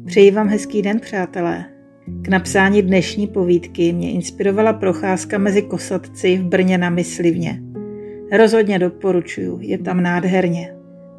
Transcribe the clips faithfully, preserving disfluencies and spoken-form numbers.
Přeji vám hezký den, přátelé. K napsání dnešní povídky mě inspirovala procházka mezi Kosatci v Brně na Myslivně. Rozhodně doporučuju, je tam nádherně.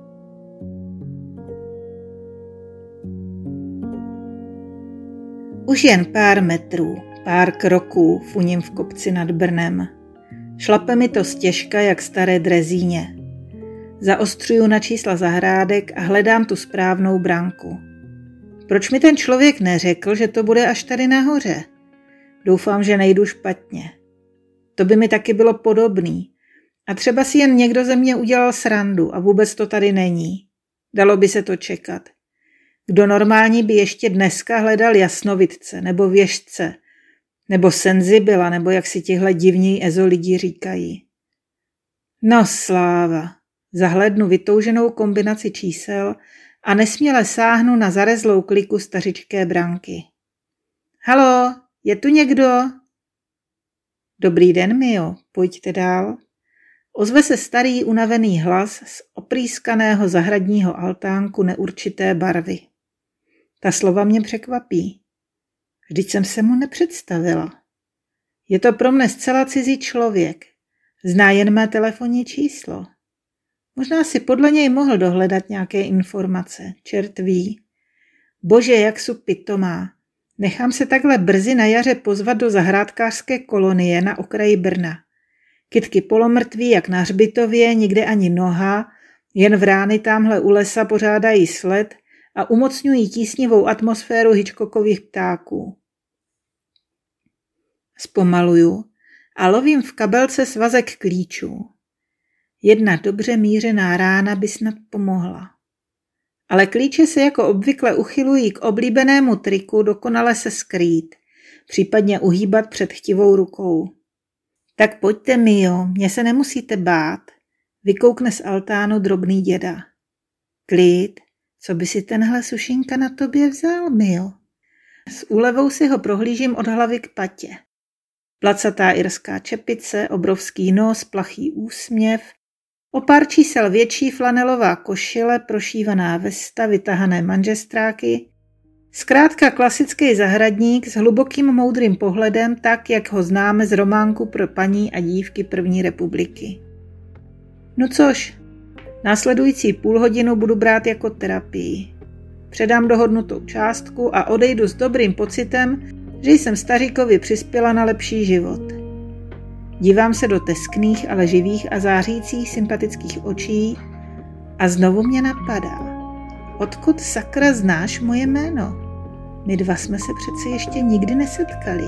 Už jen pár metrů, pár kroků funím v kopci nad Brnem. Šlape mi to stěžka jak staré drezíně. Zaostřuju na čísla zahrádek a hledám tu správnou branku. Proč mi ten člověk neřekl, že to bude až tady nahoře? Doufám, že nejdu špatně. To by mi taky bylo podobný. A třeba si jen někdo ze mě udělal srandu a vůbec to tady není. Dalo by se to čekat. Kdo normální by ještě dneska hledal jasnovidce nebo věštce, nebo senzibila, nebo jak si tihle divní ezo lidi říkají. No sláva, zahlednu vytouženou kombinaci čísel a nesměle sáhnu na zarezlou kliku stařičké branky. Halo, je tu někdo? Dobrý den, Mio, pojďte dál. Ozve se starý unavený hlas z oprýskaného zahradního altánku neurčité barvy. Ta slova mě překvapí. Vždyť jsem se mu nepředstavila. Je to pro mne zcela cizí člověk. Zná jen mé telefonní číslo. Možná si podle něj mohl dohledat nějaké informace. Čert ví. Bože, jak jsou pitomá. Nechám se takhle brzy na jaře pozvat do zahrádkářské kolonie na okraji Brna. Kytky polomrtví jak na hřbitově, nikde ani noha, jen vrány tamhle u lesa pořádají sled a umocňují tísnivou atmosféru Hitchcockových ptáků. Zpomaluju a lovím v kabelce svazek klíčů. Jedna dobře mířená rána by snad pomohla. Ale klíče se jako obvykle uchylují k oblíbenému triku dokonale se skrýt, případně uhýbat před chtivou rukou. Tak pojďte, Mio, mě se nemusíte bát, vykoukne z altánu drobný děda. Klid, co by si tenhle sušinka na tobě vzal, Mio? S úlevou si ho prohlížím od hlavy k patě. Placatá irská čepice, obrovský nos, plachý úsměv, o pár čísel větší flanelová košile, prošívaná vesta, vytahané manžestráky, zkrátka klasický zahradník s hlubokým moudrým pohledem, tak, jak ho známe z románku pro paní a dívky první republiky. No což, následující půl hodinu budu brát jako terapii. Předám dohodnutou částku a odejdu s dobrým pocitem, že jsem staříkovi přispěla na lepší život. Dívám se do teskných, ale živých a zářících sympatických očí a znovu mě napadá. Odkud sakra znáš moje jméno? My dva jsme se přeci ještě nikdy nesetkali.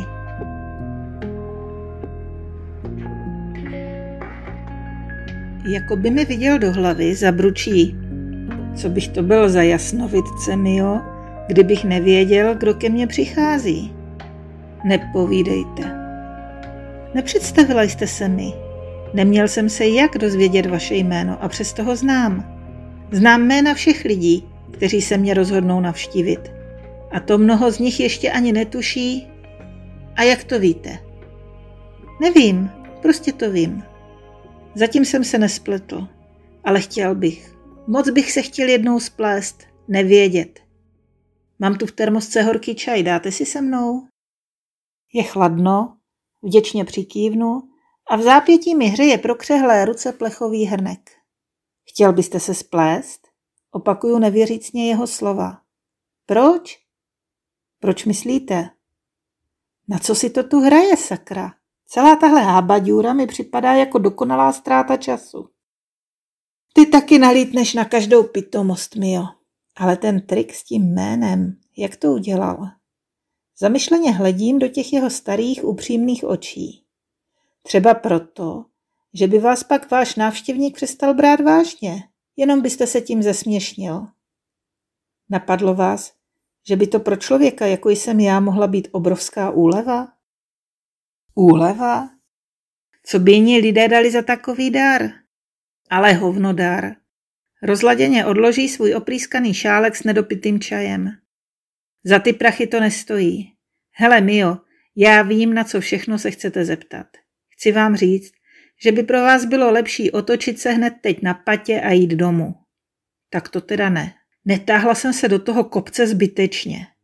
Jako by mi viděl do hlavy, zabručí. Co bych to byl za jasnovidce, Mio, kdybych nevěděl, kdo ke mně přichází? Nepovídejte. Nepředstavila jste se mi. Neměl jsem se jak dozvědět vaše jméno a přesto ho znám. Znám jména všech lidí, kteří se mě rozhodnou navštívit. A to mnoho z nich ještě ani netuší. A jak to víte? Nevím, prostě to vím. Zatím jsem se nespletl, ale chtěl bych. Moc bych se chtěl jednou splést, nevědět. Mám tu v termosce horký čaj, dáte si se mnou? Je chladno, vděčně přikývnu a v zápětí mi hřeje prokřehlé ruce plechový hrnek. Chtěl byste se splést? Opakuju nevěřícně jeho slova. Proč? Proč myslíte? Na co si to tu hraje, sakra? Celá tahle hábaďůra mi připadá jako dokonalá ztráta času. Ty taky nalítneš na každou pitomost, Mio. Ale ten trik s tím jménem, jak to udělal? Zamyšleně hledím do těch jeho starých upřímných očí. Třeba proto, že by vás pak váš návštěvník přestal brát vážně, jenom byste se tím zesměšnil. Napadlo vás, že by to pro člověka, jako jsem já, mohla být obrovská úleva? Úleva? Co by jiní lidé dali za takový dar? Ale hovnodar. Rozladěně odloží svůj oprýskaný šálek s nedopitým čajem. Za ty prachy to nestojí. Hele, Mio, já vím, na co všechno se chcete zeptat. Chci vám říct, že by pro vás bylo lepší otočit se hned teď na patě a jít domů. Tak to teda ne. Netáhla jsem se do toho kopce zbytečně.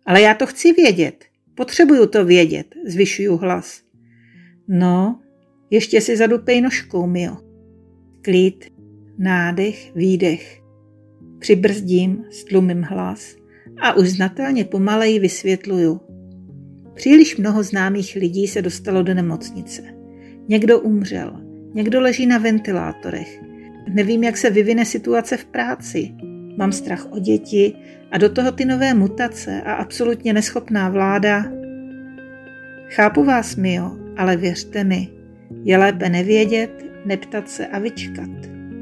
Ale já to chci vědět. Potřebuju to vědět, zvyšuju hlas. No, ještě si zadupej nožkou, Mio. Klid, nádech, výdech. Přibrzdím, stlumím hlas a už znatelně pomaleji vysvětluju. Příliš mnoho známých lidí se dostalo do nemocnice. Někdo umřel, někdo leží na ventilátorech. Nevím, jak se vyvine situace v práci. Mám strach o děti a do toho ty nové mutace a absolutně neschopná vláda. Chápu vás, Mio, ale věřte mi, je lépe nevědět, neptat se a vyčkat.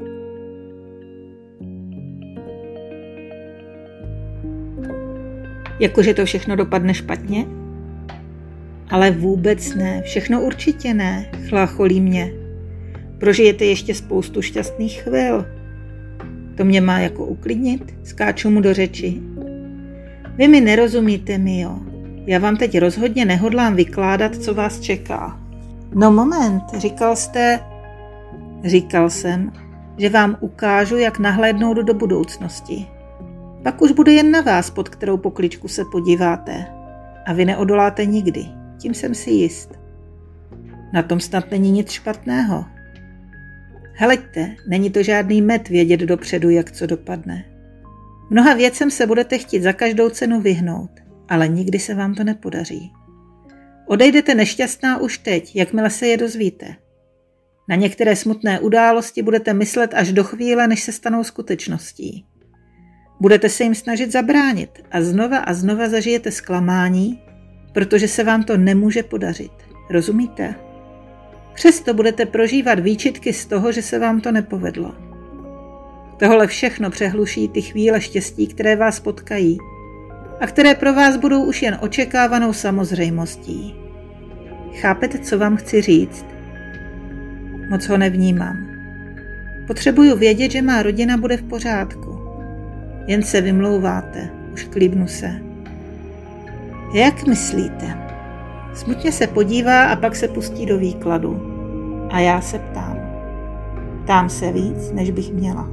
Jakože to všechno dopadne špatně? Ale vůbec ne, všechno určitě ne, chlácholí mě. Prožijete ještě spoustu šťastných chvil. To mě má jako uklidnit, skáču mu do řeči. Vy mi nerozumíte, Mio. Já vám teď rozhodně nehodlám vykládat, co vás čeká. No moment, říkal jste... Říkal jsem, že vám ukážu, jak nahlédnout do budoucnosti. Pak už bude jen na vás, pod kterou pokličku se podíváte. A vy neodoláte nikdy, tím jsem si jist. Na tom snad není nic špatného. Heleďte, není to žádný med vědět dopředu, jak co dopadne. Mnoha věcem se budete chtít za každou cenu vyhnout, ale nikdy se vám to nepodaří. Odejdete nešťastná už teď, jakmile se je dozvíte. Na některé smutné události budete myslet až do chvíle, než se stanou skutečností. Budete se jim snažit zabránit a znova a znova zažijete zklamání, protože se vám to nemůže podařit. Rozumíte? Přesto budete prožívat výčitky z toho, že se vám to nepovedlo. Tohle všechno přehluší ty chvíle štěstí, které vás potkají a které pro vás budou už jen očekávanou samozřejmostí. Chápete, co vám chci říct? Moc ho nevnímám. Potřebuju vědět, že má rodina bude v pořádku. Jen se vymlouváte, už klíbnu se. Jak myslíte? Smutně se podívá a pak se pustí do výkladu. A já se ptám. Ptám se víc, než bych měla.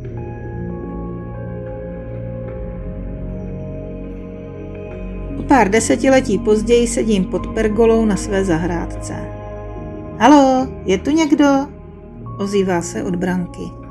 O pár desetiletí později sedím pod pergolou na své zahrádce. Haló, je tu někdo? Ozývá se od branky.